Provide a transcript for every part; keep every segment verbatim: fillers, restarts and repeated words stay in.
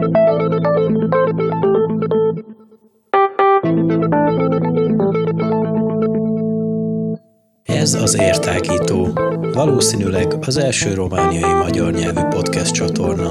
Ez az Értágító, valószínűleg az első romániai magyar nyelvű podcast csatorna.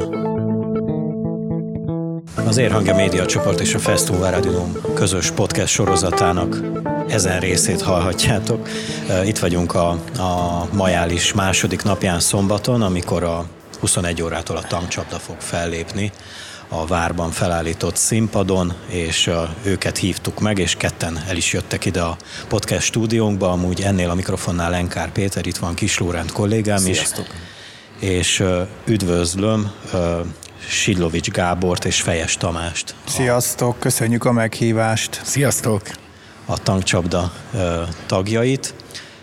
Az Érhangja Média Csoport és a Fesztivál Rádió közös podcast sorozatának ezen részét hallhatjátok. Itt vagyunk a, a majális második napján szombaton, amikor a huszonegy órától a Tankcsapda fog fellépni a várban felállított színpadon, és őket hívtuk meg, és ketten el is jöttek ide a podcast stúdiónkba, amúgy ennél a mikrofonnál Lenkár Péter, itt van Kis Lórend kollégám. Sziasztok. is, és üdvözlöm Sidlovics Gábort és Fejes Tamást. Sziasztok, köszönjük a meghívást. Sziasztok. A Tankcsapda tagjait.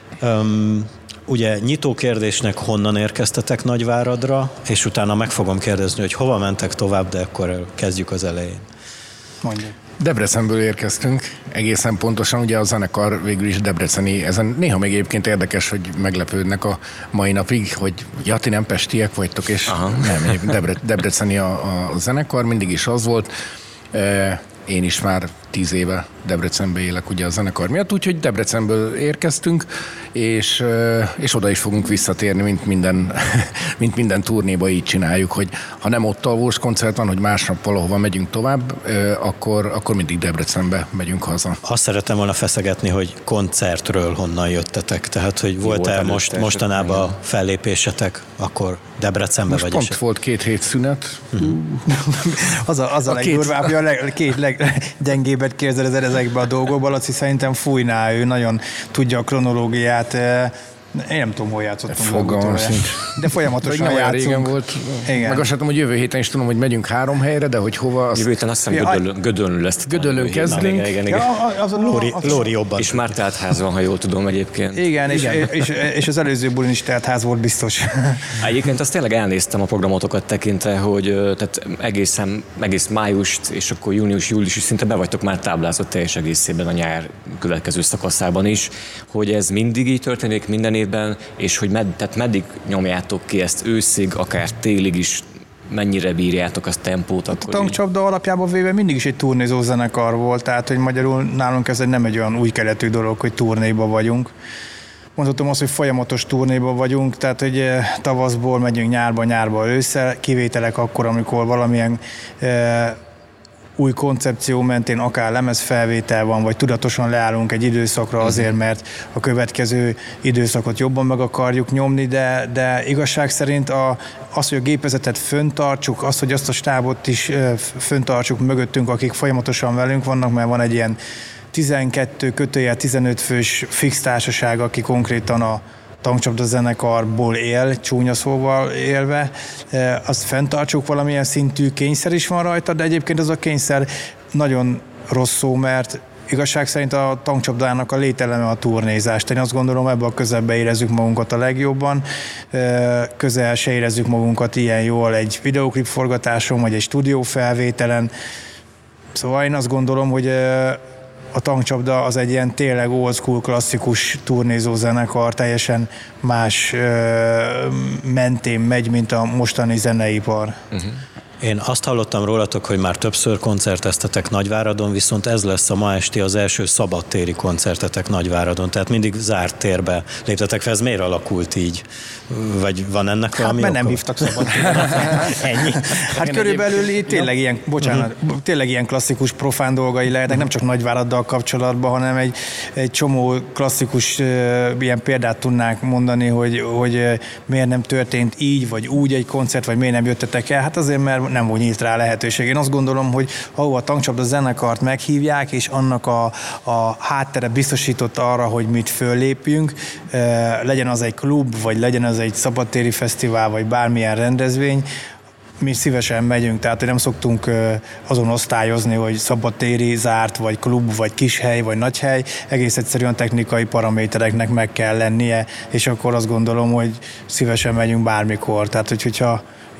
Ugye nyitó kérdésnek honnan érkeztetek Nagyváradra, és utána meg fogom kérdezni, hogy hova mentek tovább, de akkor kezdjük az elején. Mondjuk. Debrecenből érkeztünk, egészen pontosan, ugye a zenekar végül is debreceni, ezen néha még egyébként érdekes, hogy meglepődnek a mai napig, hogy ja, ti nem pestiek vagytok, és Aha. nem, Debre, debreceni a, a zenekar, mindig is az volt. Én is már tíz éve Debrecenben élek ugye a zenekar miatt, úgyhogy Debrecenből érkeztünk, és, és oda is fogunk visszatérni, mint minden, mint minden turnéba így csináljuk, hogy ha nem ott alvós koncert van, hogy másnap valahova megyünk tovább, akkor, akkor mindig Debrecenbe megyünk haza. Azt szeretem volna feszegetni, hogy koncertről honnan jöttetek, tehát hogy volt-e most, mostanában a fellépésetek, akkor Debrecenbe most vagy pont eset? volt két hét szünet. Uh-huh. az a, az a, a legdurvább, hogy a leg, két leggyengébbet kérdezel ezekbe a dolgokba, Laci szerintem fújná, ő nagyon tudja a kronológiát. Én nem tudom, hol játszottunk. Fogalmam sincs. De folyamatosan nem játszunk. Régen volt. Igen. Meg azt tudom, hogy jövő héten is tudom, hogy megyünk három helyre, de hogy hova... Azt... Jövő héten azt hiszem ja, Gödöllön, Gödöllön lesz. Gödöllön kezdünk. Igen, igen, igen. Ja, az a Lóri, az Lóri jobban. És már telt ház van, ha jól tudom egyébként. Igen, és, igen. És, és, és az előző bulin is telt ház volt biztos. Egyébként azt tényleg elnéztem a programotokat tekintve, hogy tehát egészen, egész májust és akkor június, július is szinte be vagytok már táblázott teljes egészében a nyár következő szakaszában is, hogy ez mindig így történik minden évben, és hogy med, tehát meddig nyomjátok ki ezt őszig, akár télig is, mennyire bírjátok azt tempót? A Tankcsapda alapjában véve mindig is egy turnézó zenekar volt, tehát hogy magyarul nálunk ez nem egy olyan új keletű dolog, hogy turnéba vagyunk. Mondhatom azt, hogy folyamatos turnéba vagyunk, tehát hogy tavaszból megyünk nyárba, nyárba ősszel, kivételek akkor, amikor valamilyen e, új koncepció mentén akár lemezfelvétel van, vagy tudatosan leállunk egy időszakra azért, mert a következő időszakot jobban meg akarjuk nyomni, de, de igazság szerint a, az, hogy a gépezetet föntartsuk, az, hogy azt a stábot is föntartsuk mögöttünk, akik folyamatosan velünk vannak, mert van egy ilyen tizenkettő kötőjel tizenöt fős fix társaság, aki konkrétan a Tankcsapda zenekarból él, csúnya szóval élve, azt fenntartsuk, valamilyen szintű kényszer is van rajta, de egyébként az a kényszer nagyon rossz szó, mert igazság szerint a Tankcsapdának a lételeme a turnézást. Én azt gondolom, ebben a közelben érezzük magunkat a legjobban, közel se érezzük magunkat ilyen jól egy videóklip forgatáson, vagy egy stúdiófelvételen. Szóval én azt gondolom, hogy a Tankcsapda az egy ilyen tényleg old school, klasszikus turnézó zenekar, teljesen más ö, mentén megy, mint a mostani zeneipar. Uh-huh. Én azt hallottam rólatok, hogy már többször koncerteztetek Nagyváradon, viszont ez lesz a ma esti az első szabadtéri koncertetek Nagyváradon, tehát mindig zárt térbe léptetek fel. Ez miért alakult így? Vagy van ennek valami hát, oka? Nem hívtak szabadtérbe. Ennyi? Hát körülbelül így tényleg ilyen, bocsánat, uh-huh. tényleg ilyen klasszikus profán dolgai lehetnek, nem csak Nagyváraddal kapcsolatban, hanem egy, egy csomó klasszikus uh, ilyen példát tudnánk mondani, hogy, hogy uh, miért nem történt így, vagy úgy egy koncert, vagy miért nem jöttetek el. Hát azért, mert nem úgy nyílt rá lehetőség. Én azt gondolom, hogy ahol a Tankcsapda zenekart meghívják, és annak a, a háttere biztosított arra, hogy mit föllépjünk, legyen az egy klub, vagy legyen az egy szabadtéri fesztivál, vagy bármilyen rendezvény, mi szívesen megyünk, tehát nem szoktunk azon osztályozni, hogy szabadtéri, zárt, vagy klub, vagy kishely, vagy nagyhely, egész egyszerűen technikai paramétereknek meg kell lennie, és akkor azt gondolom, hogy szívesen megyünk bármikor. Tehát, hogy, hogyha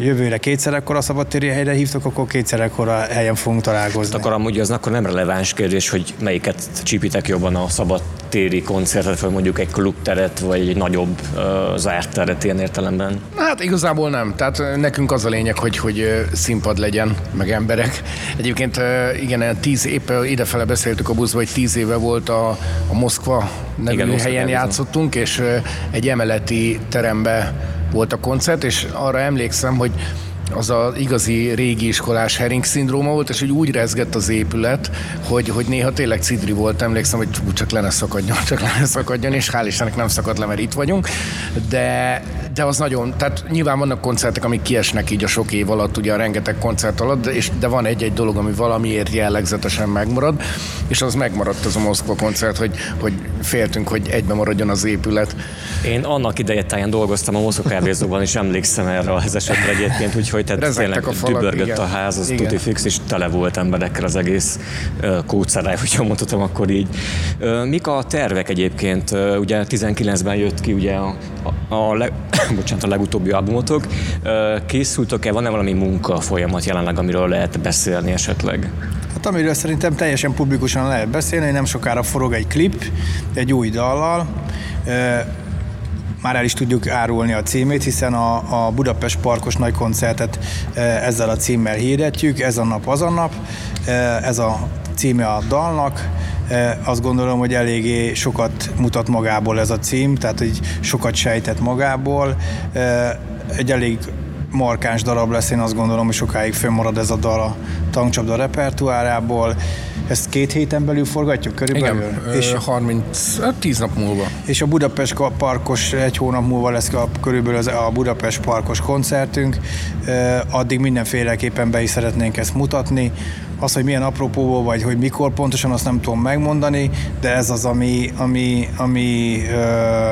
jövőre kétszer ekkora szabadtéri helyre hívtok, akkor kétszer ekkora helyen fogunk találkozni. Akkor amúgy az akkor nem releváns kérdés, hogy melyiket csípitek jobban, a szabadtéri koncertet, vagy mondjuk egy klubteret, vagy egy nagyobb uh, zárt teret ilyen értelemben? Hát igazából nem. Tehát nekünk az a lényeg, hogy, hogy színpad legyen, meg emberek. Egyébként igen, tíz épp idefele beszéltük a buszba, hogy tíz éve volt a, a Moszkva nevű igen, helyen játszottunk, és egy emeleti terembe volt a koncert, és arra emlékszem, hogy az az igazi régi iskolás Hering szindróma volt, és hogy úgy rezgett az épület, hogy, hogy néha tényleg cidri volt, emlékszem, hogy csak le ne szakadjon, csak le ne szakadjon, és hál' Istennek nem szakad le, mert itt vagyunk, de, de az nagyon, tehát nyilván vannak koncertek, amik kiesnek így a sok év alatt, ugye a rengeteg koncert alatt, de, és, de van egy-egy dolog, ami valamiért jellegzetesen megmarad, és az megmaradt az a Moszkva koncert, hogy, hogy féltünk, hogy egybe maradjon az épület. Én annak idejetáján dolgoztam a Moszkva kávézóban, és emlékszem erre az esetre egyébként, úgyhogy tehát tényleg dübörgött a ház, az tuti fix, és tele volt emberekkel az egész kódszeráj, hogyha mondhatom akkor így. Mik a tervek egyébként? Ugye tizenkilencben jött ki ugye a, a, a, leg, bocsánat, a legutóbbi albumotok. Készültök-e, van-e valami munka folyamat jelenleg, amiről lehet beszélni esetleg? Hát amiről szerintem teljesen publikusan lehet beszélni, nem sokára forog egy klip, egy új dallal. Már el is tudjuk árulni a címét, hiszen a, a Budapest Parkos nagy koncertet ezzel a címmel hirdetjük, ez a nap az a nap, ez a címe a dalnak. Azt gondolom, hogy eléggé sokat mutat magából ez a cím, tehát hogy sokat sejtett magából. Egy elég markáns darab lesz, én azt gondolom, hogy sokáig fönnmarad ez a dal a tankcsapda repertoárából. Ezt két héten belül forgatjuk körülbelül? Igen, és harminc, tíz nap múlva. És a Budapest Parkos egy hónap múlva lesz a, körülbelül az, a Budapest Parkos koncertünk. Addig mindenféleképpen be is szeretnénk ezt mutatni. Az, hogy milyen apropóból, vagy hogy mikor pontosan, azt nem tudom megmondani, de ez az, ami, ami, ami ö,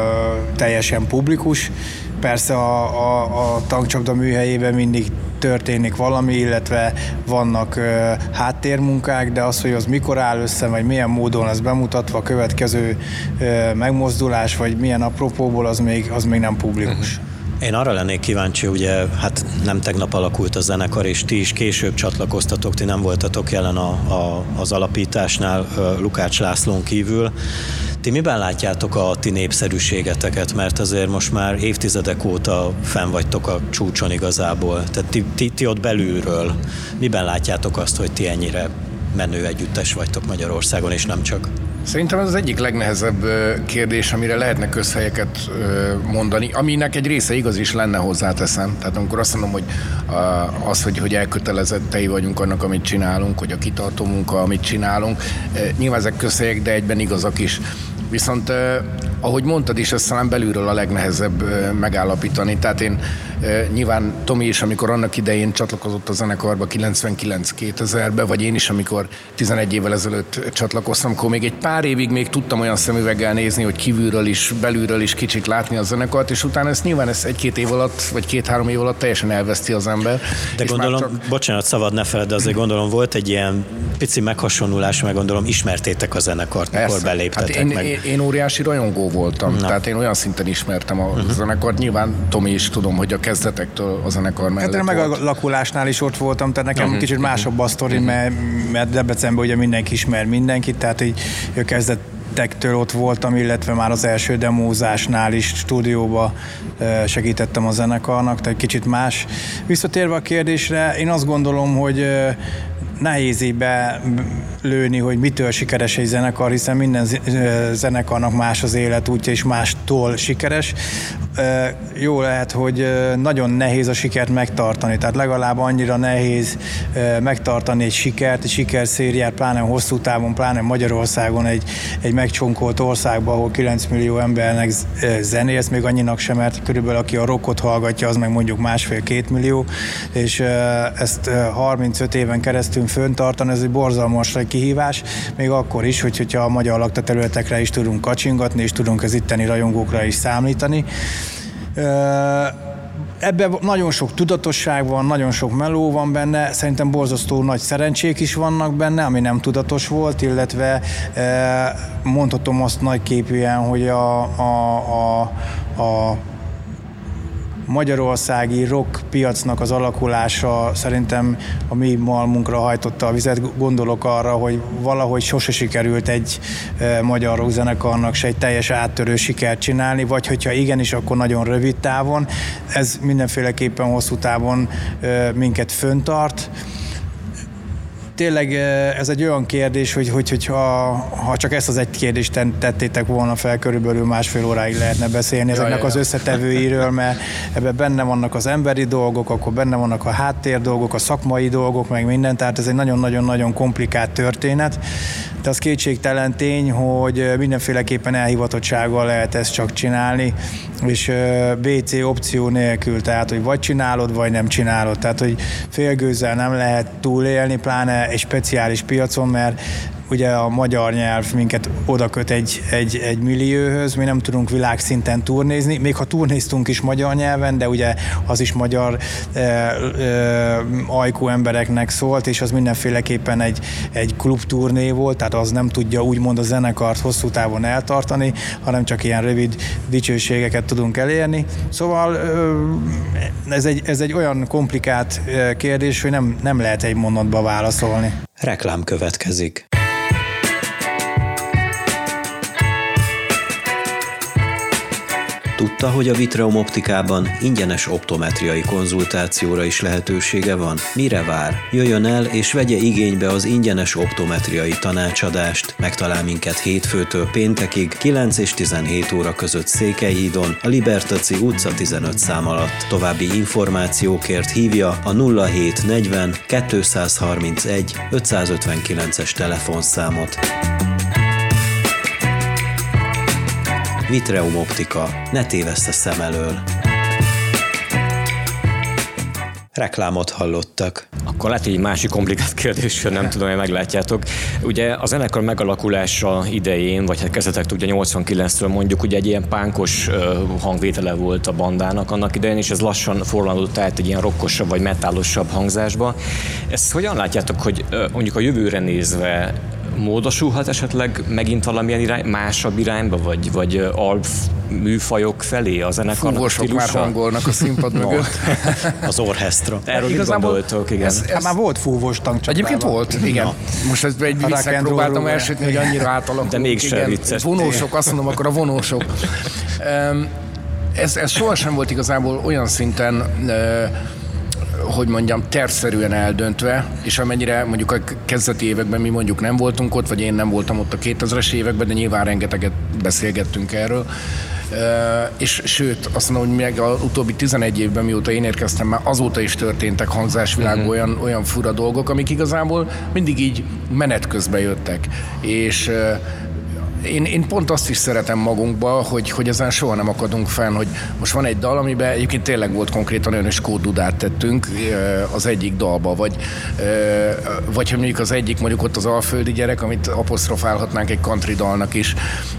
teljesen publikus. Persze a, a, a tankcsapda műhelyében mindig történik valami, illetve vannak ö, háttérmunkák, de az, hogy az mikor áll össze, vagy milyen módon lesz bemutatva a következő ö, megmozdulás, vagy milyen apropóból, az még, az még nem publikus. Én arra lennék kíváncsi, ugye, hát nem tegnap alakult a zenekar, és ti is később csatlakoztatok, ti nem voltatok jelen a, a, az alapításnál Lukács Lászlón kívül. Ti miben látjátok a ti népszerűségeteket, mert azért most már évtizedek óta fenn vagytok a csúcson igazából. Tehát ti, ti, ti ott belülről miben látjátok azt, hogy ti ennyire menő együttes vagytok Magyarországon, és nem csak? Szerintem ez az egyik legnehezebb kérdés, amire lehetne közhelyeket mondani, aminek egy része igaz is lenne, hozzáteszem. Tehát amikor azt mondom, hogy az, hogy, hogy elkötelezettei vagyunk annak, amit csinálunk, hogy a kitartó munka, amit csinálunk, nyilván ezek közhelyek, de egyben igazak is. Viszont ahogy mondtad is, ezt talán belülről a legnehezebb megállapítani. Tehát én nyilván Tomi is, amikor annak idején csatlakozott a zenekarba kilencvenkilenc kétezerben, vagy én is, amikor tizenegy évvel ezelőtt csatlakoztam, akkor még egy pár évig még tudtam olyan szemüveggel nézni, hogy kívülről is, belülről is kicsit látni a zenekart, és utána ezt nyilván ez egy-két év alatt, vagy két-három év alatt teljesen elveszti az ember. De és gondolom, csak... bocsánat, szabad ne feled, de azért gondolom volt egy ilyen pici meghasonlulás, meg gondolom ismertétek a zenekart, mikor Persze. beléptetek hát én, meg. Én, én óriási rajongó voltam, Na. tehát én olyan szinten ismertem a uh-huh. zenekart. Nyilván Tomi is tudom, hogy a kezdetektől a zenekar mellett hát én meg a lakulásnál is ott voltam, tehát nekem uh-huh. kicsit másabb a sztori, uh-huh. mert, mert Debrecenben ugye mindenki ismer mindenkit, tehát így ő kezdett tektől ott voltam, illetve már az első demózásnál is stúdióba segítettem a zenekarnak, tehát kicsit más. Visszatérve a kérdésre, én azt gondolom, hogy nehéz így belőni, hogy mitől sikeres egy zenekar, hiszen minden zenekarnak más az életútja, és mástól sikeres. Jó lehet, hogy nagyon nehéz a sikert megtartani, tehát legalább annyira nehéz megtartani egy sikert, egy sikerszériát, pláne hosszú távon, pláne Magyarországon, egy, egy megcsonkolt országban, ahol kilenc millió embernek zenész, még annyinak sem, mert körülbelül aki a rockot hallgatja, az meg mondjuk másfél-két millió, és ezt harmincöt éven keresztül föntartani, ez egy borzalmas kihívás, még akkor is, hogy, hogyha a magyar lakta területekre is tudunk kacsingatni, és tudunk az itteni rajongókra is számítani. Ebben nagyon sok tudatosság van, nagyon sok meló van benne, szerintem borzasztó nagy szerencsék is vannak benne, ami nem tudatos volt, illetve mondhatom azt nagyképűen, hogy a, a, a, a magyarországi rock piacnak az alakulása szerintem a mi malmunkra hajtotta a vizet. Gondolok arra, hogy valahogy sose sikerült egy magyar rockzenekarnak se egy teljes áttörő sikert csinálni, vagy hogyha igenis, akkor nagyon rövid távon. Ez mindenféleképpen hosszú távon minket föntart. Tényleg ez egy olyan kérdés, hogy, hogy, hogy ha, ha csak ezt az egy kérdést tettétek volna fel, körülbelül másfél óráig lehetne beszélni ezeknek az összetevőiről, mert ebben benne vannak az emberi dolgok, akkor benne vannak a háttér dolgok, a szakmai dolgok, meg minden, tehát ez egy nagyon-nagyon-nagyon komplikált történet. De az kétségtelen tény, hogy mindenféleképpen elhivatottsággal lehet ezt csak csinálni, és bé cé opció nélkül, tehát hogy vagy csinálod, vagy nem csinálod. Tehát, hogy félgőzzel nem lehet túlélni, pláne egy speciális piacon, mert ugye a magyar nyelv minket odaköt egy, egy, egy millióhöz, mi nem tudunk világszinten turnézni, még ha turnéztunk is magyar nyelven, de ugye az is magyar e, e, ajkú embereknek szólt, és az mindenféleképpen egy, egy klubturné volt, tehát az nem tudja úgymond a zenekart hosszú távon eltartani, hanem csak ilyen rövid dicsőségeket tudunk elérni. Szóval ez egy, ez egy olyan komplikált kérdés, hogy nem, nem lehet egy mondatba válaszolni. Reklám következik. Tudta, hogy a Vitreum Optikában ingyenes optometriai konzultációra is lehetősége van? Mire vár? Jöjjön el és vegye igénybe az ingyenes optometriai tanácsadást. Megtalál minket hétfőtől péntekig, kilenc és tizenhét óra között Székelyhídon, a Libertaci utca tizenöt szám alatt. További információkért hívja a nulla hét negyven kétszázharmincegy ötszázötvenkilences telefonszámot. Vitreum Optika. Ne téveszt a szem elől. Reklámot hallottak. Akkor lehet, hogy egy másik komplikált kérdés, nem tudom, hogy meglátjátok. Ugye a zenekar megalakulása idején, vagy hát kezdetek ugye nyolcvankilenctől mondjuk, ugye egy ilyen pánkos hangvétele volt a bandának annak idején, és ez lassan forrandott át egy ilyen rockosabb vagy metálosabb hangzásba. Ezt hogyan látjátok, hogy mondjuk a jövőre nézve módosulhat esetleg megint valamilyen irány, másabb irányba, vagy, vagy alp műfajok felé a zenekarnak Fúvósok már hangolnak a színpad mögött. Az orchestra. Erről mit gondoltok, igen. Ez, ez... Hát már volt fúvós tankcsapában. Egyébként volt, igen. Na. Most ezt egy viccnek próbáltam elsütni, hogy annyira átalakult. De mégsem vicces. Vonósok, azt mondom, akkor a vonósok. Ez, ez sohasem volt igazából olyan szinten, hogy mondjam, tervszerűen eldöntve, és amennyire mondjuk a kezdeti években mi mondjuk nem voltunk ott, vagy én nem voltam ott a kétezres években, de nyilván rengeteget beszélgettünk erről. Uh, és sőt, azt mondom, hogy meg az utóbbi tizenegy évben, mióta én érkeztem, már azóta is történtek hangzásvilágban uh-huh. olyan, olyan fura dolgok, amik igazából mindig így menet közben jöttek. És uh, Én, én pont azt is szeretem magunkba, hogy, hogy ezen soha nem akadunk fenn, hogy most van egy dal, amiben egyébként tényleg volt konkrétan olyan, hogy skóddudát tettünk az egyik dalba, vagy, vagy hogy mondjuk az egyik, mondjuk ott az alföldi gyerek, amit apostrofálhatnánk egy country dalnak is.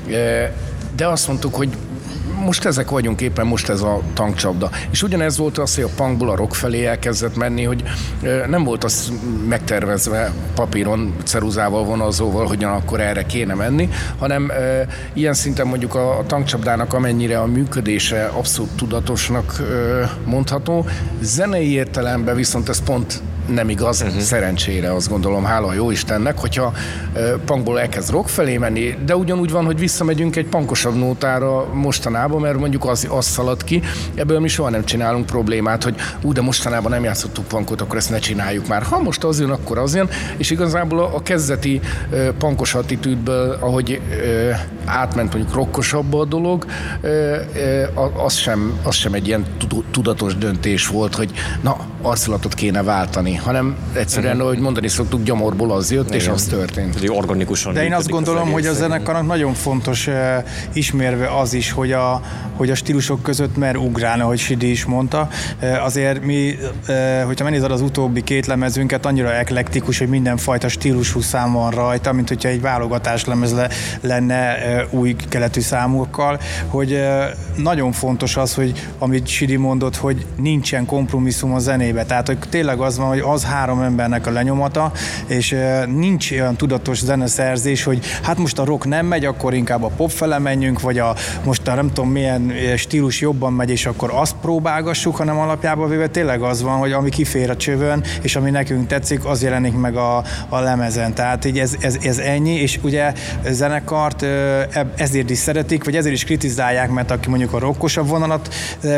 De azt mondtuk, hogy most ezek vagyunk éppen, most ez a tankcsapda. És ugyanez volt az, hogy a punkból a rock felé elkezdett menni, hogy nem volt az megtervezve papíron, ceruzával, vonalzóval, hogy akkor erre kéne menni, hanem e, ilyen szinten mondjuk a, a tankcsapdának amennyire a működése abszolút tudatosnak e, mondható. Zenei értelemben viszont ez pont nem igaz, uh-huh. szerencsére azt gondolom, hála jó Istennek, hogyha uh, punkból elkezd rock felé menni, de ugyanúgy van, hogy visszamegyünk egy punkosabb nótára mostanában, mert mondjuk az, az szalad ki, ebből mi soha nem csinálunk problémát, hogy ú, de mostanában nem játszottuk punkot, akkor ezt ne csináljuk már. Ha most az jön, akkor az jön, és igazából a, a kezdeti uh, punkos attitűdből, ahogy uh, átment mondjuk rockosabb a dolog, uh, uh, az, sem, az sem egy ilyen tudatos döntés volt, hogy na, arculatot kéne váltani, hanem egyszerűen, uh-huh. ahogy mondani szoktuk, gyomorból az jött, igen. és az történt. Ugye organikusan. De én azt gondolom, az hogy a zenekarnak nagyon fontos uh, ismérve az is, hogy a, hogy a stílusok között mer ugrálni, ahogy Sidi is mondta. Uh, azért mi, uh, hogyha megnézed az utóbbi két lemezünket, annyira eklektikus, hogy mindenfajta stílusú szám van rajta, mint hogyha egy válogatás lemez le, lenne uh, új keletű számokkal, hogy uh, nagyon fontos az, hogy amit Sidi mondott, hogy nincsen kompromisszum a zenében. zenébe. Tehát, hogy tényleg az van, hogy az három embernek a lenyomata, és nincs olyan tudatos zeneszerzés, hogy hát most a rock nem megy, akkor inkább a pop fele menjünk, vagy a, most a nem tudom milyen stílus jobban megy, és akkor azt próbálgassuk, hanem alapjában véve tényleg az van, hogy ami kifér a csövön, és ami nekünk tetszik, az jelenik meg a, a lemezen. Tehát így ez, ez, ez ennyi, és ugye zenekart ezért is szeretik, vagy ezért is kritizálják, mert aki mondjuk a rockosabb vonalat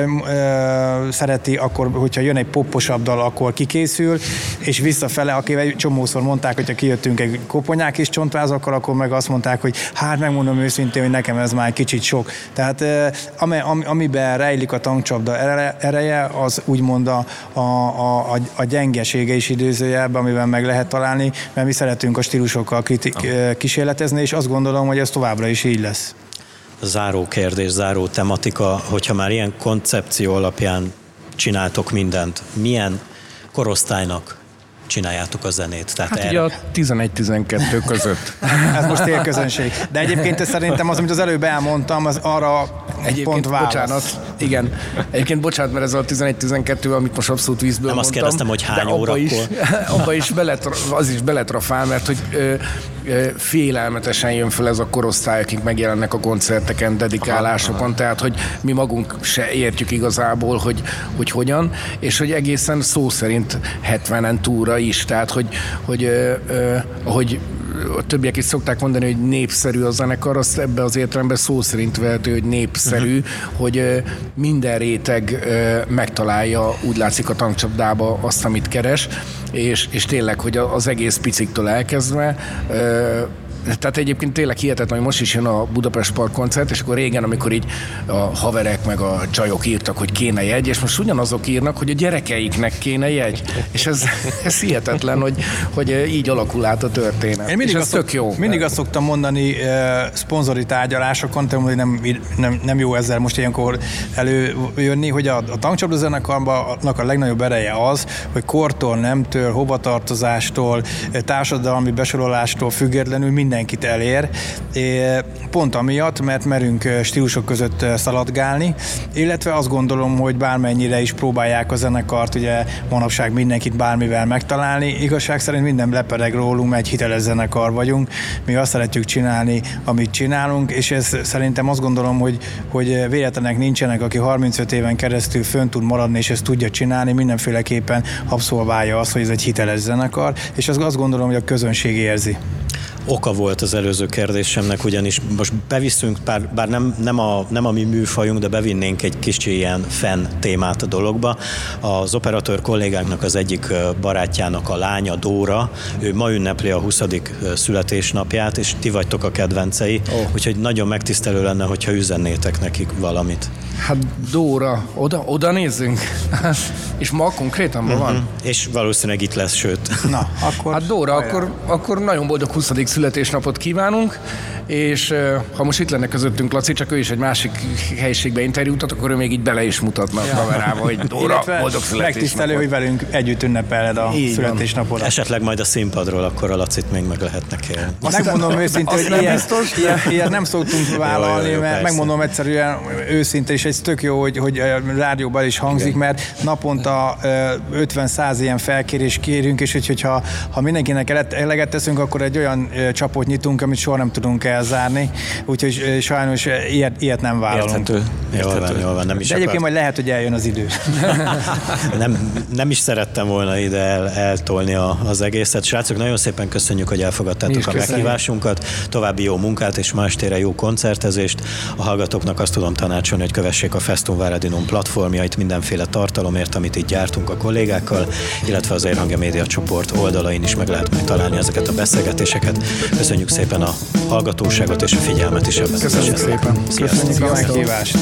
szereti, akkor, hogyha jön egy popposabb dal, akkor kikészül, és visszafele, akivel csomószor mondták, hogyha kijöttünk egy koponyák és csontvázakkal, akkor meg azt mondták, hogy hát megmondom őszintén, hogy nekem ez már egy kicsit sok. Tehát ami, amiben rejlik a tankcsapda ereje, az úgymond a, a, a, a gyengesége is idézőjelben, amiben meg lehet találni, mert mi szeretünk a stílusokkal kritik, kísérletezni, és azt gondolom, hogy ez továbbra is így lesz. Záró kérdés, záró tematika, hogyha már ilyen koncepció alapján csináltok mindent, milyen korosztálynak csináljátok a zenét? Tehát hát erre... ugye a tizenegy-tizenkettő között. Ez most célközönség. De egyébként szerintem az, amit az előbb elmondtam, az arra egyébként pont válasz. Bocsánat, igen. Egyébként bocsánat, mert ez a tizenegy-tizenkettő, amit most abszolút vízből nem mondtam. Nem azt kérdeztem, hogy hány órakor. Is, abba is belet, az is beletrafál, mert hogy ö, ö, félelmetesen jön fel ez a korosztály, akik megjelennek a koncerteken, dedikálásokon, aha, tehát hogy mi magunk se értjük igazából, hogy, hogy hogyan, és hogy egészen szó szerint hetvenen túra is, tehát hogy, hogy ö, ö, ahogy a többiek is szokták mondani, hogy népszerű a zenekar, azt ebbe az értelemben szó szerint vehető, hogy népszerű, uh-huh. hogy minden réteg megtalálja, úgy látszik a tankcsapdába azt, amit keres, és, és tényleg, hogy az egész piciktől elkezdve, tehát egyébként tényleg hihetetlen, hogy most is jön a Budapest Park koncert, és akkor régen, amikor így a haverek meg a csajok írtak, hogy kéne jegy, és most ugyanazok írnak, hogy a gyerekeiknek kéne jegy. És ez, ez hihetetlen, hogy, hogy így alakul át a történet. Én mindig, és ez azt, tök jó. Mindig azt szoktam mondani uh, szponzori tárgyalásokon, tudom, hogy nem, nem, nem jó ezzel most ilyenkor előjönni, hogy a, a tankcsapda zenekarnak a legnagyobb ereje az, hogy kortól, nemtől, hovatartozástól, társadalmi besorolástól függetlenül mind mindenkit elér, pont amiatt, mert merünk stílusok között szaladgálni, illetve azt gondolom, hogy bármennyire is próbálják a zenekart, ugye manapság mindenkit bármivel megtalálni, igazság szerint minden lepereg rólunk, mert egy hiteles zenekar vagyunk, mi azt szeretjük csinálni, amit csinálunk, és ez szerintem azt gondolom, hogy, hogy véletlenek nincsenek, aki harmincöt éven keresztül fönn tud maradni, és ezt tudja csinálni, mindenféleképpen abszolválja azt, hogy ez egy hiteles zenekar, és azt gondolom, hogy a közönség érzi. Oka volt az előző kérdésemnek, ugyanis most beviszünk, bár, bár nem, nem, a, nem a mi műfajunk, de bevinnénk egy kis ilyen fan témát a dologba. Az operatőr kollégánknak az egyik barátjának a lánya, Dóra, ő ma ünnepli a huszadik születésnapját, és ti vagytok a kedvencei, oh. úgyhogy nagyon megtisztelő lenne, hogyha üzennétek nekik valamit. Hát Dóra, oda, oda nézzünk. És ma konkrétan ma uh-huh. van. És valószínűleg itt lesz, sőt. Na, akkor... Hát Dóra, akkor, akkor nagyon boldog huszadik születésnapot kívánunk, és ha most itt lenne közöttünk Laci, csak ő is egy másik helyiségbe interjútat, akkor ő még így bele is mutatna a kamerába, hogy Dóra, boldog születésnapot. Megtisztelő, hogy velünk együtt ünnepeled a így születésnapodat. Esetleg majd a színpadról akkor a Lacit még meg lehetne kérni. Megmondom őszintén, hogy ilyen, ilyen, ilyen nem szoktunk vállalni, jó, jó, jó, mert persze. Megmondom egyszerűen őszinte, és ez tök jó, hogy, hogy rádióban is hangzik, igen. Mert naponta ötven-száz ilyen felkérés kérünk, és hogy, hogyha ha mindenkinek eleget teszünk, akkor egy olyan csapot nyitunk, amit soha nem tudunk elzárni, úgyhogy sajnos ilyet, ilyet nem vállalunk. Érthető. Jól van, jól van, nem is de egyébként majd lehet, hogy eljön az idő. nem, nem is szerettem volna ide el, eltolni a, az egészet. Srácok, nagyon szépen köszönjük, hogy elfogadtátok a meghívásunkat. További jó munkát és ma estére jó koncertezést. A hallgatóknak azt tudom tanácsolni, hogy kövessék a Festum Váradinum platformjait mindenféle tartalomért, amit itt gyártunk a kollégákkal, illetve az Érhangja Média csoport oldalain is meg lehet majd találni ezeket a beszélgetéseket. Köszönjük szépen a hallgatóságot és a figyelmet is ebben. Köszönjük szépen. Sziasztok. Köszönjük a meghívást.